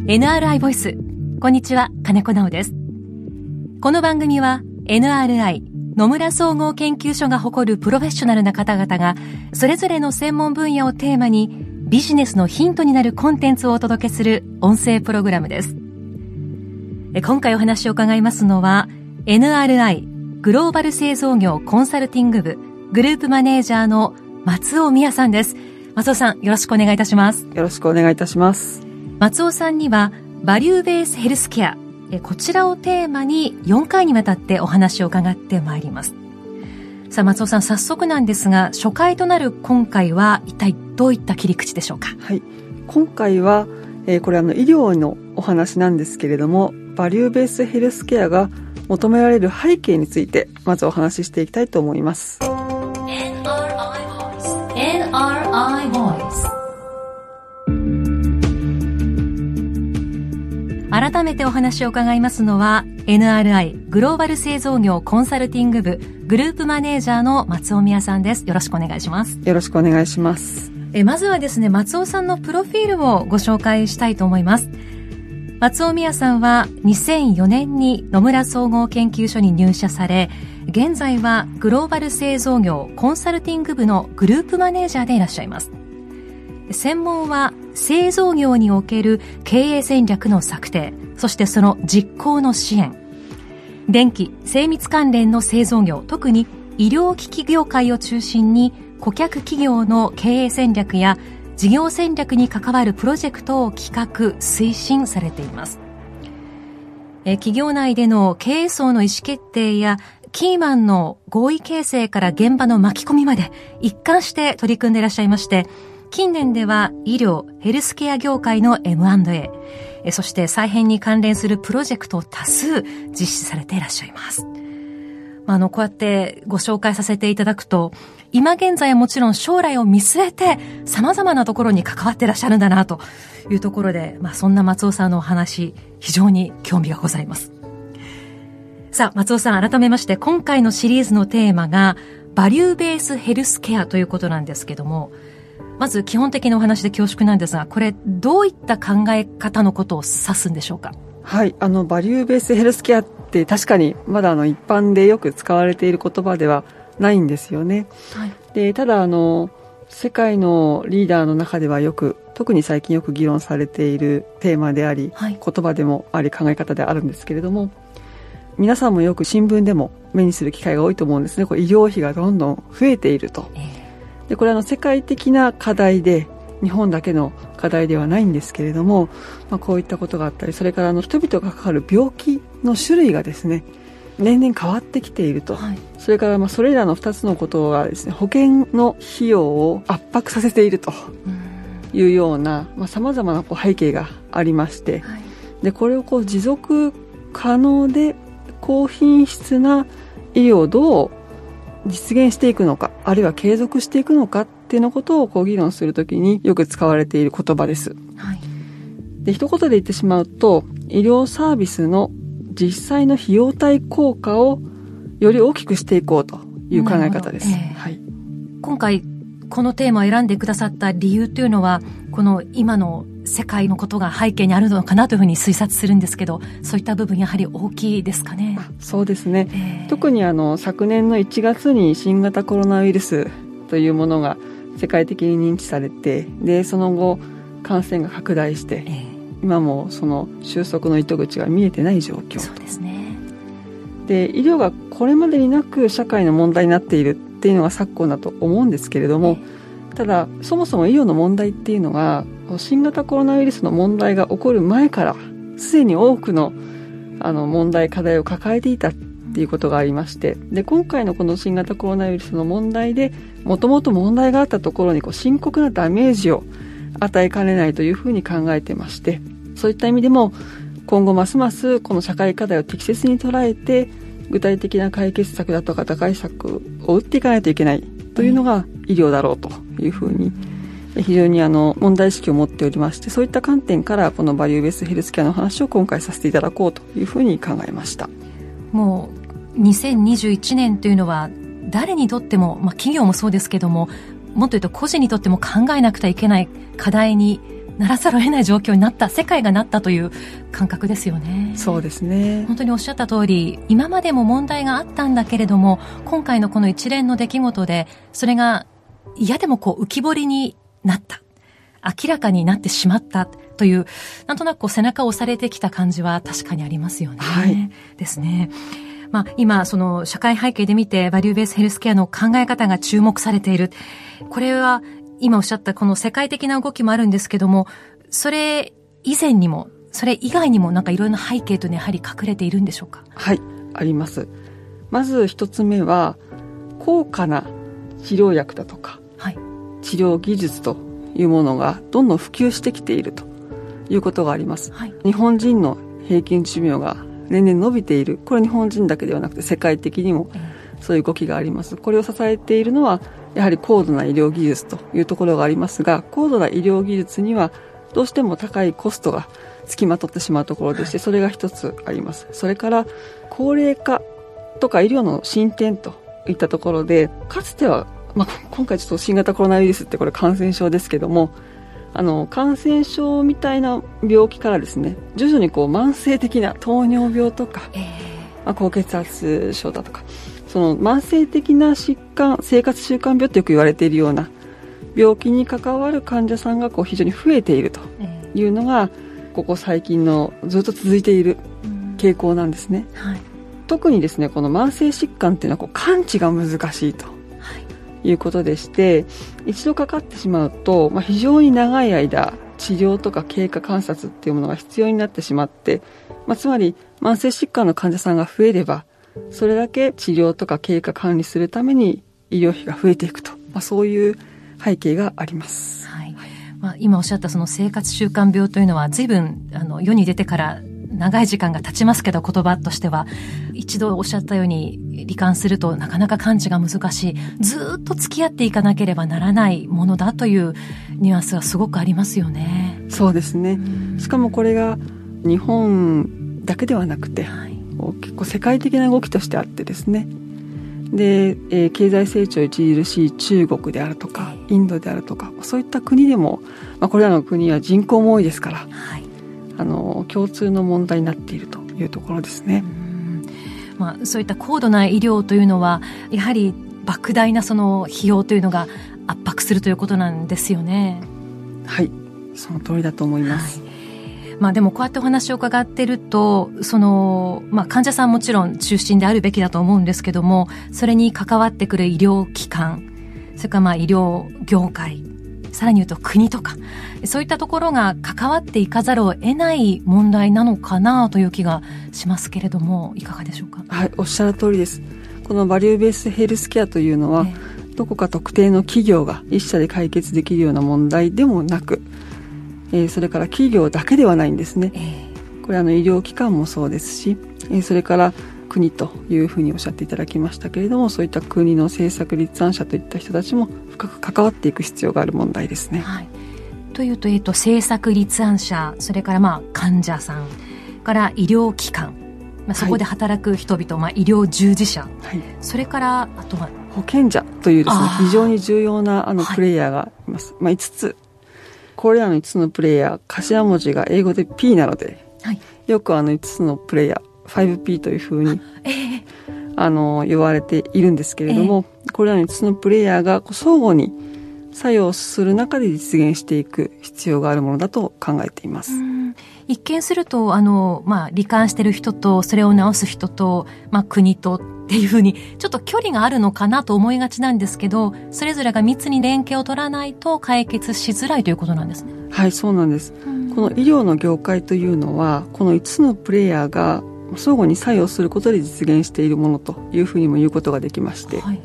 NRI ボイス。こんにちは、金子直です。この番組は NRI 野村総合研究所が誇るプロフェッショナルな方々がそれぞれの専門分野をテーマにビジネスのヒントになるコンテンツをお届けする音声プログラムです。今回お話を伺いますのは NRI グローバル製造業コンサルティング部グループマネージャーの松尾美也さんです。松尾さん、よろしくお願いいたします。 よろしくお願いいたします。 松尾さんにはバリューベースヘルスケア、こちらをテーマに4回にわたってお話を伺ってまいります。さあ松尾さん、早速なんですが初回となる今回は一体どういった切り口でしょうか。 はい、今回は、これ医療のお話なんですけれども、バリューベースヘルスケアが求められる背景についてまずお話ししていきたいと思います。 NRI Voice。改めてお話を伺いますのは NRI グローバル製造業コンサルティング部グループマネージャーの松尾美也さんです。よろしくお願いします。 よろしくお願いします。 まずはですね、松尾さんのプロフィールをご紹介したいと思います。松尾美也さんは2004年に野村総合研究所に入社され、現在はグローバル製造業コンサルティング部のグループマネージャーでいらっしゃいます。専門は製造業における経営戦略の策定、そしてその実行の支援、電気・精密関連の製造業、特に医療機器業界を中心に顧客企業の経営戦略や事業戦略に関わるプロジェクトを企画・推進されています。企業内での経営層の意思決定やキーマンの合意形成から現場の巻き込みまで一貫して取り組んでいらっしゃいまして、近年では医療・ヘルスケア業界の M&A、そして再編に関連するプロジェクトを多数実施されていらっしゃいます。こうやってご紹介させていただくと、今現在はもちろん将来を見据えて様々なところに関わっていらっしゃるんだなというところで、そんな松尾さんのお話、非常に興味がございます。さあ松尾さん、改めまして今回のシリーズのテーマがバリューベースヘルスケアということなんですけども、まず基本的なお話で恐縮なんですが、これどういった考え方のことを指すんでしょうか。 はい、バリューベースヘルスケアって確かにまだ一般でよく使われている言葉ではないんですよね。はい、でただ世界のリーダーの中では特に最近よく議論されているテーマであり、はい、言葉でもあり考え方であるんですけれども、皆さんもよく新聞でも目にする機会が多いと思うんですね。これ医療費がどんどん増えていると。でこれは世界的な課題で、日本だけの課題ではないんですけれども、こういったことがあったり、それから人々がかかる病気の種類がですね、年々変わってきていると、はい、それからそれらの2つのことがですね、保険の費用を圧迫させているというような様々な背景がありまして、はい、でこれを持続可能で高品質な医療をどう実現していくのか、あるいは継続していくのかっていうのことを議論するときによく使われている言葉です。はい、で一言で言ってしまうと、医療サービスの実際の費用対効果をより大きくしていこうという考え方です。はい、 今回このテーマを選んでくださった理由というのは、この今の世界のことが背景にあるのかなというふうに推察するんですけど、そういった部分やはり大きいですかね。 そうですね、特に昨年の1月に新型コロナウイルスというものが世界的に認知されて、でその後感染が拡大して、今もその収束の糸口が見えてない状況。 そうですね。 で医療がこれまでになく社会の問題になっているっていうのが昨今だと思うんですけれども、ただそもそも医療の問題っていうのは新型コロナウイルスの問題が起こる前からすでに多くの問題課題を抱えていたっていうことがありまして、で今回のこの新型コロナウイルスの問題でもともと問題があったところに深刻なダメージを与えかねないというふうに考えてまして、そういった意味でも今後ますますこの社会課題を適切に捉えて具体的な解決策だとか打開策を打っていかないといけないというのが医療だろうというふうに非常に問題意識を持っておりまして、そういった観点からこのバリューベースヘルスケアの話を今回させていただこうというふうに考えました。 もう2021年というのは誰にとっても、企業もそうですけども、もっと言うと個人にとっても考えなくてはいけない課題にならざるを得ない状況になった、世界がなったという感覚ですよね。 そうですね。 本当におっしゃった通り、今までも問題があったんだけれども、今回のこの一連の出来事でそれが嫌でも浮き彫りになった、明らかになってしまったという、なんとなく背中を押されてきた感じは確かにありますよね。 はい、 ですね。今その社会背景で見てバリューベースヘルスケアの考え方が注目されている。これは今おっしゃったこの世界的な動きもあるんですけども、それ以前にもそれ以外にもなんかいろいろな背景というのはやはり隠れているんでしょうか？ はい、あります。まず一つ目は高価な治療薬だとか、 はい、 治療技術というものがどんどん普及してきているということがあります。 はい、 日本人の平均寿命が年々伸びている。これ日本人だけではなくて世界的にもそういう動きがあります。これを支えているのはやはり高度な医療技術というところがありますが、高度な医療技術にはどうしても高いコストがつきまとってしまうところでして、それが一つあります。それから高齢化とか医療の進展といったところで、かつては、今回ちょっと新型コロナウイルスってこれ感染症ですけども、感染症みたいな病気からですね、徐々に慢性的な糖尿病とか、高血圧症だとか、その慢性的な疾患、生活習慣病ってよく言われているような病気に関わる患者さんが非常に増えているというのが、ここ最近のずっと続いている傾向なんですね。 はい、 特にですね、この慢性疾患っていうのは完治が難しいということでして、一度かかってしまうと、非常に長い間治療とか経過観察っていうものが必要になってしまって、つまり慢性疾患の患者さんが増えれば、それだけ治療とか経過管理するために医療費が増えていくと、そういう背景があります。 はい、今おっしゃったその生活習慣病というのは随分世に出てから長い時間が経ちますけど、言葉としては一度おっしゃったように罹患するとなかなか完治が難しい、ずっと付き合っていかなければならないものだというニュアンスがすごくありますよね。 そうですね。しかもこれが日本だけではなくて、はい、結構世界的な動きとしてあってですね、で、経済成長著しい中国であるとかインドであるとか、そういった国でも、これらの国は人口も多いですから、はい、共通の問題になっているというところですね。 そういった高度な医療というのはやはり莫大なその費用というのが圧迫するということなんですよね。 はい、その通りだと思います。 はい、でもこうやってお話を伺っていると、その、患者さんもちろん中心であるべきだと思うんですけども、それに関わってくる医療機関、それから医療業界、さらに言うと国とか、そういったところが関わっていかざるを得ない問題なのかなという気がしますけれども、いかがでしょうか？ はい、おっしゃる通りです。このバリューベースヘルスケアというのは、どこか特定の企業が一社で解決できるような問題でもなく、それから企業だけではないんですね。これ医療機関もそうですし、それから国というふうにおっしゃっていただきましたけれども、そういった国の政策立案者といった人たちも深く関わっていく必要がある問題ですね。はい、 というと、政策立案者、それから患者さんから医療機関、そこで働く人々、医療従事者、はい、それからあとは保険者というですね、非常に重要なプレイヤーがいます。5つ、これらの5つのプレイヤー、頭文字が英語で P なので、はい、よく5つのプレイヤー 5P というふうに、言われているんですけれども、これらの5つのプレイヤーが相互に作用する中で実現していく必要があるものだと考えています。 一見すると罹患している人とそれを治す人と、国とっていうふうにちょっと距離があるのかなと思いがちなんですけど、それぞれが密に連携を取らないと解決しづらいということなんですね。 はい、そうなんです。この医療の業界というのは、この5つのプレイヤーが相互に作用することで実現しているものというふうにも言うことができまして、はい、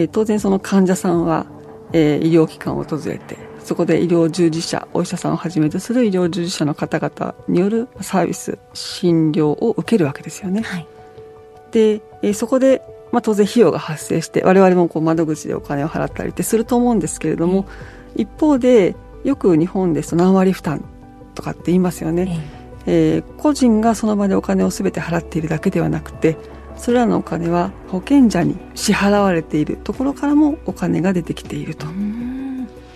当然その患者さんは、医療機関を訪れて、そこで医療従事者、お医者さんをはじめとする医療従事者の方々によるサービス、診療を受けるわけですよね。はい、で、そこで、当然費用が発生して、我々も窓口でお金を払ったりってすると思うんですけれども、一方でよく日本ですと何割負担とかって言いますよね。個人がその場でお金を全て払っているだけではなくて、それらのお金は保険者に支払われているところからもお金が出てきていると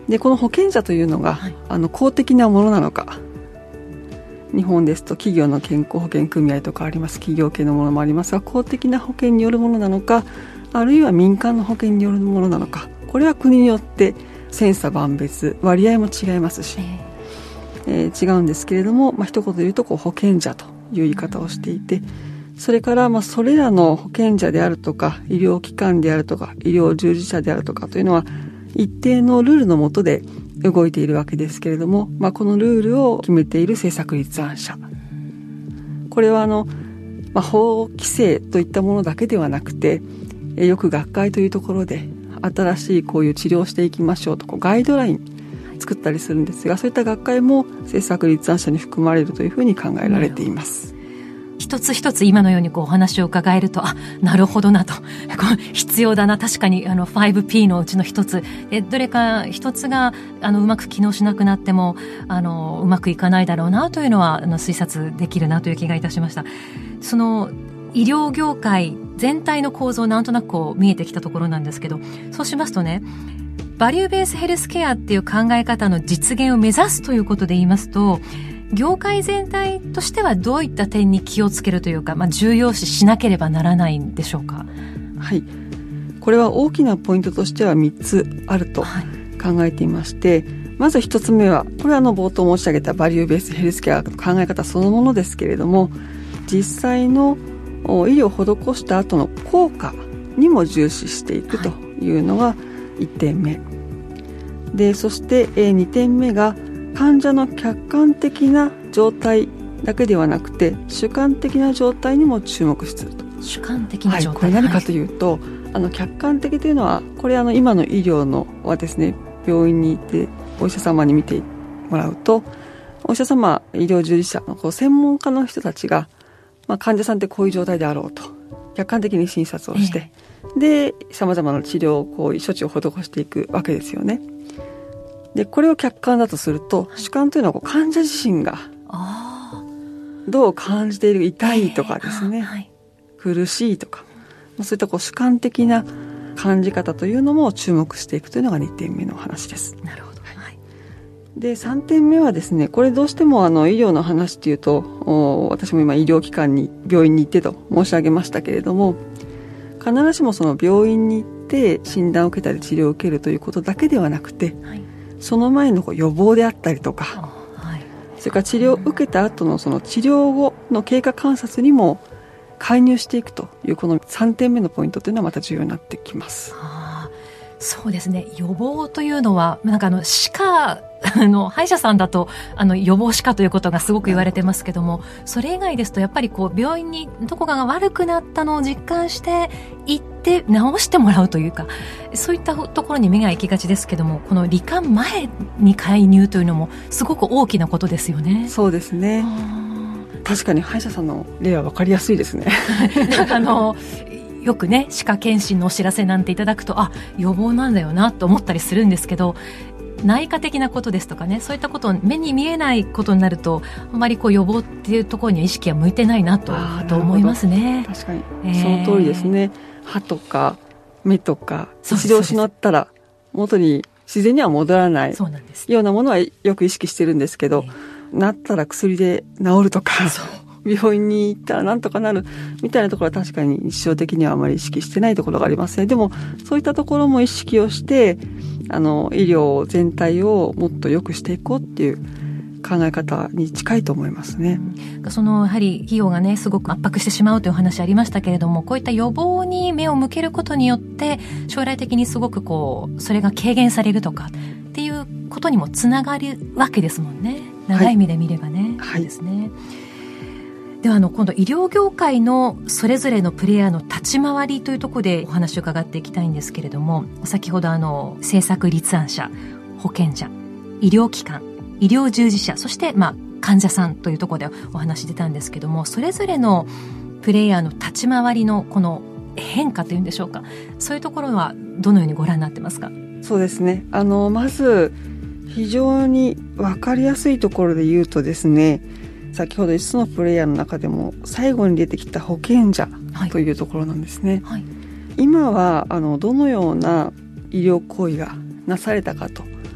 でこの保険者というのが、公的なものなのか、日本ですと企業の健康保険組合とかあります。企業系のものもありますが、公的な保険によるものなのか、あるいは民間の保険によるものなのか、これは国によって千差万別、割合も違いますし、違うんですけれども、一言で言うと保険者という言い方をしていて、それからそれらの保険者であるとか医療機関であるとか医療従事者であるとかというのは一定のルールの下で動いているわけですけれども、このルールを決めている政策立案者、これは法規制といったものだけではなくて、よく学会というところで新しいこういう治療をしていきましょうとガイドライン作ったりするんですが、そういった学会も政策立案者に含まれるというふうに考えられています。 一つ一つ今のようにお話を伺えると、なるほどなと、必要だな、確かに5P のうちの一つ、どれか一つがうまく機能しなくなってもうまくいかないだろうなというのは推察できるなという気がいたしました。その医療業界全体の構造、なんとなく見えてきたところなんですけど、そうしますとね、バリューベースヘルスケアっていう考え方の実現を目指すということで言いますと、業界全体としてはどういった点に気をつけるというか、重要視しなければならないんでしょうか。 はい、これは大きなポイントとしては3つあると考えていまして、まず1つ目は、これは冒頭申し上げたバリューベースヘルスケアの考え方そのものですけれども、実際の医療を施した後の効果にも重視していくというのが1点目で、そして2点目が患者の客観的な状態だけではなくて主観的な状態にも注目すると。 主観的な状態、 これ何かというと、客観的というのは、これ今の医療のはですね、病院に行ってお医者様に見てもらうと、お医者様、医療従事者の専門家の人たちが、患者さんってこういう状態であろうと客観的に診察をして、で様々な治療処置を施していくわけですよね。でこれを客観だとすると、主観というのは患者自身がどう感じている、痛いとかですね、苦しいとか、そういった主観的な感じ方というのも注目していくというのが2点目の話です。 なるほど。 で3点目はですね、これどうしても医療の話というと、私も今医療機関に病院に行ってと申し上げましたけれども、必ずしもその病院に行って診断を受けたり治療を受けるということだけではなくて、その前の予防であったりとか、それから治療を受けた後のその治療後の経過観察にも介入していくという、この3点目のポイントというのはまた重要になってきます。 そうですね、予防というのは歯科歯医者さんだと予防歯科ということがすごく言われてますけども、それ以外ですとやっぱり病院にどこかが悪くなったのを実感して行って治してもらうというか、そういったところに目が行きがちですけども、この罹患前に介入というのもすごく大きなことですよね。 そうですね、確かに歯医者さんの例は分かりやすいですね。 よくね、歯科検診のお知らせなんていただくと、予防なんだよなと思ったりするんですけど、内科的なことですとかね、そういったことを目に見えないことになると、あまり予防っていうところには意識は向いてないなと思いますね。 確かに、その通りですね。歯とか目とか治療を失ったら元に自然には戻らないようなものはよく意識してるんですけど、なったら薬で治るとか、病院に行ったらなんとかなるみたいなところは確かに日常的にはあまり意識してないところがありますね。でもそういったところも意識をして医療全体をもっと良くしていこうっていう考え方に近いと思いますね。 やはり費用がねすごく圧迫してしまうという話ありましたけれども、こういった予防に目を向けることによって将来的にすごくそれが軽減されるとかっていうことにもつながるわけですもんね。長い目で見ればね、そうですね。では今度医療業界のそれぞれのプレイヤーの立ち回りというところでお話を伺っていきたいんですけれども、先ほど政策立案者、保険者、医療機関、医療従事者、そして患者さんというところでお話出たんですけども、それぞれのプレイヤーの立ち回りのこの変化というんでしょうか、そういうところはどのようにご覧になってますか？ そうですね、まず非常に分かりやすいところで言うとですね、先ほど5つのプレイヤーの中でも最後に出てきた保険者というところなんですね、今はどのような医療行為がなされたかと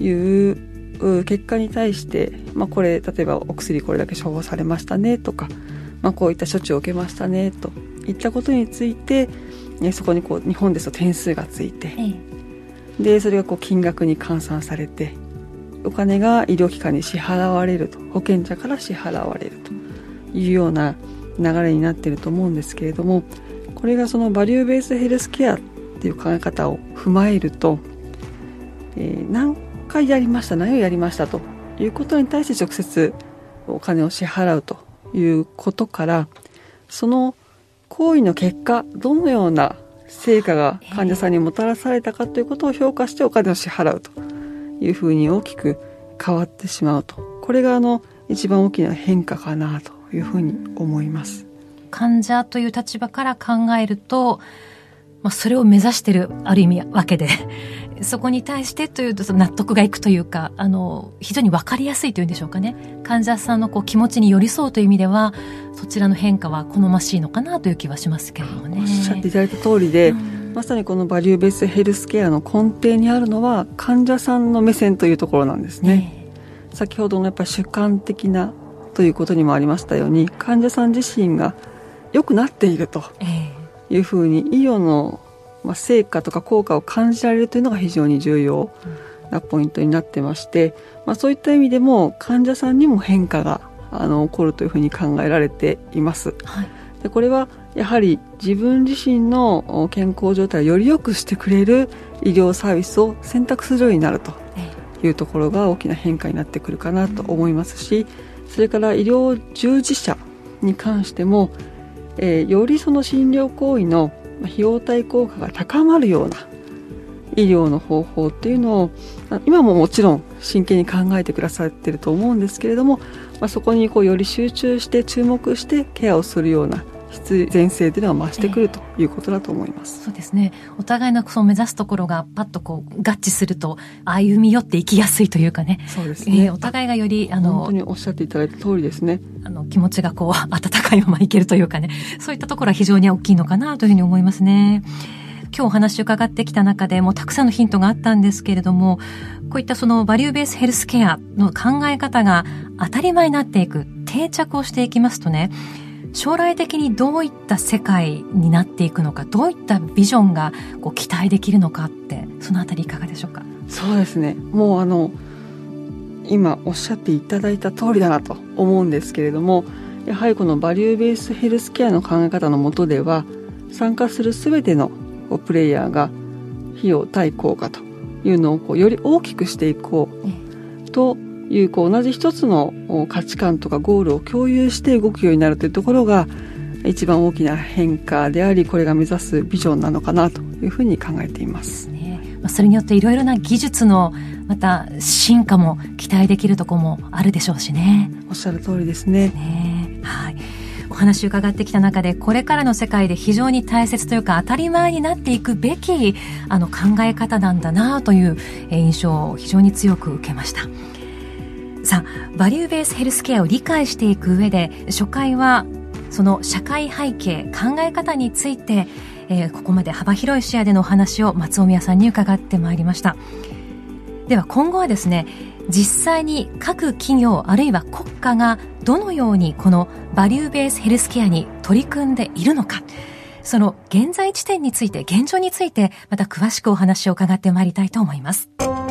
いう結果に対して、これ例えばお薬これだけ処方されましたねとか、こういった処置を受けましたねといったことについて、そこに日本ですと点数がついて、でそれが金額に換算されてお金が医療機関に支払われると、保険者から支払われるというような流れになっていると思うんですけれども、これがそのバリューベースヘルスケアっていう考え方を踏まえると、何回やりました、何をやりましたということに対して直接お金を支払うということから、その行為の結果どのような成果が患者さんにもたらされたかということを評価してお金を支払うというふうに大きく変わってしまうと、これが一番大きな変化かなというふうに思います。 患者という立場から考えると、それを目指しているある意味わけでそこに対してというと納得がいくというか、非常に分かりやすいというんでしょうかね。患者さんの気持ちに寄り添うという意味ではそちらの変化は好ましいのかなという気はしますけれどもね。 おっしゃっていただいた通りで、まさにこのバリューベースヘルスケアの根底にあるのは患者さんの目線というところなんですね。先ほどのやっぱり主観的なということにもありましたように、患者さん自身が良くなっているというふうに医療の成果とか効果を感じられるというのが非常に重要なポイントになってまして、そういった意味でも患者さんにも変化が起こるというふうに考えられています、でこれはやはり自分自身の健康状態をより良くしてくれる医療サービスを選択するようになるというところが大きな変化になってくるかなと思いますし、それから医療従事者に関しても、よりその診療行為の費用対効果が高まるような医療の方法っていうのを今ももちろん真剣に考えてくださっていると思うんですけれども、そこにより集中して注目してケアをするような必然性というのが増してくるということだと思います。 そうですね。お互いの目指すところがパッと合致すると歩み寄っていきやすいというかね。 そうですね。 お互いがより本当におっしゃっていただいた通りですね。 気持ちが温かいままいけるというかね、そういったところは非常に大きいのかなというふうに思いますね。今日お話を伺ってきた中でもたくさんのヒントがあったんですけれども、こういったそのバリューベースヘルスケアの考え方が当たり前になっていく、定着をしていきますとね、将来的にどういった世界になっていくのか、どういったビジョンが期待できるのかって、そのあたりいかがでしょうか。 そうですね。もう今おっしゃっていただいた通りだなと思うんですけれども、やはりこのバリューベースヘルスケアの考え方の下では、参加するすべてのプレイヤーが費用対効果というのをより大きくしていこうという同じ一つの価値観とかゴールを共有して動くようになるというところが一番大きな変化であり、これが目指すビジョンなのかなというふうに考えています。 それによっていろいろな技術のまた進化も期待できるところもあるでしょうしね。 おっしゃる通りですね。 はい。お話を伺ってきた中で、これからの世界で非常に大切というか当たり前になっていくべき考え方なんだなという印象を非常に強く受けました。さあ、バリューベースヘルスケアを理解していく上で、初回はその社会背景、考え方について、ここまで幅広い視野でのお話を松尾宮さんに伺ってまいりました。では今後はですね、実際に各企業あるいは国家がどのようにこのバリューベースヘルスケアに取り組んでいるのか、その現在地点について、現状についてまた詳しくお話を伺ってまいりたいと思います。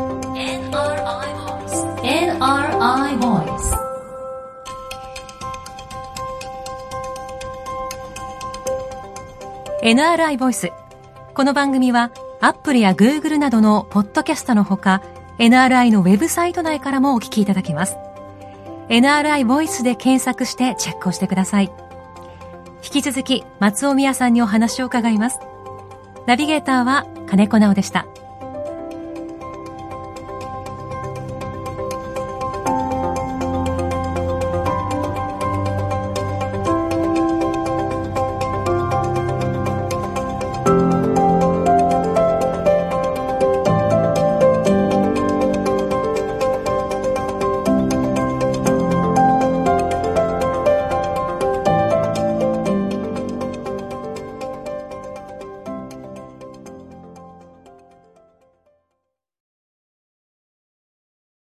NRI Voice NRI Voice。この番組はアップルやグーグルなどのポッドキャストのほか、NRI のウェブサイト内からもお聞きいただけます。NRI Voice で検索してチェックをしてください。引き続き松尾宮さんにお話を伺います。ナビゲーターは金子直でした。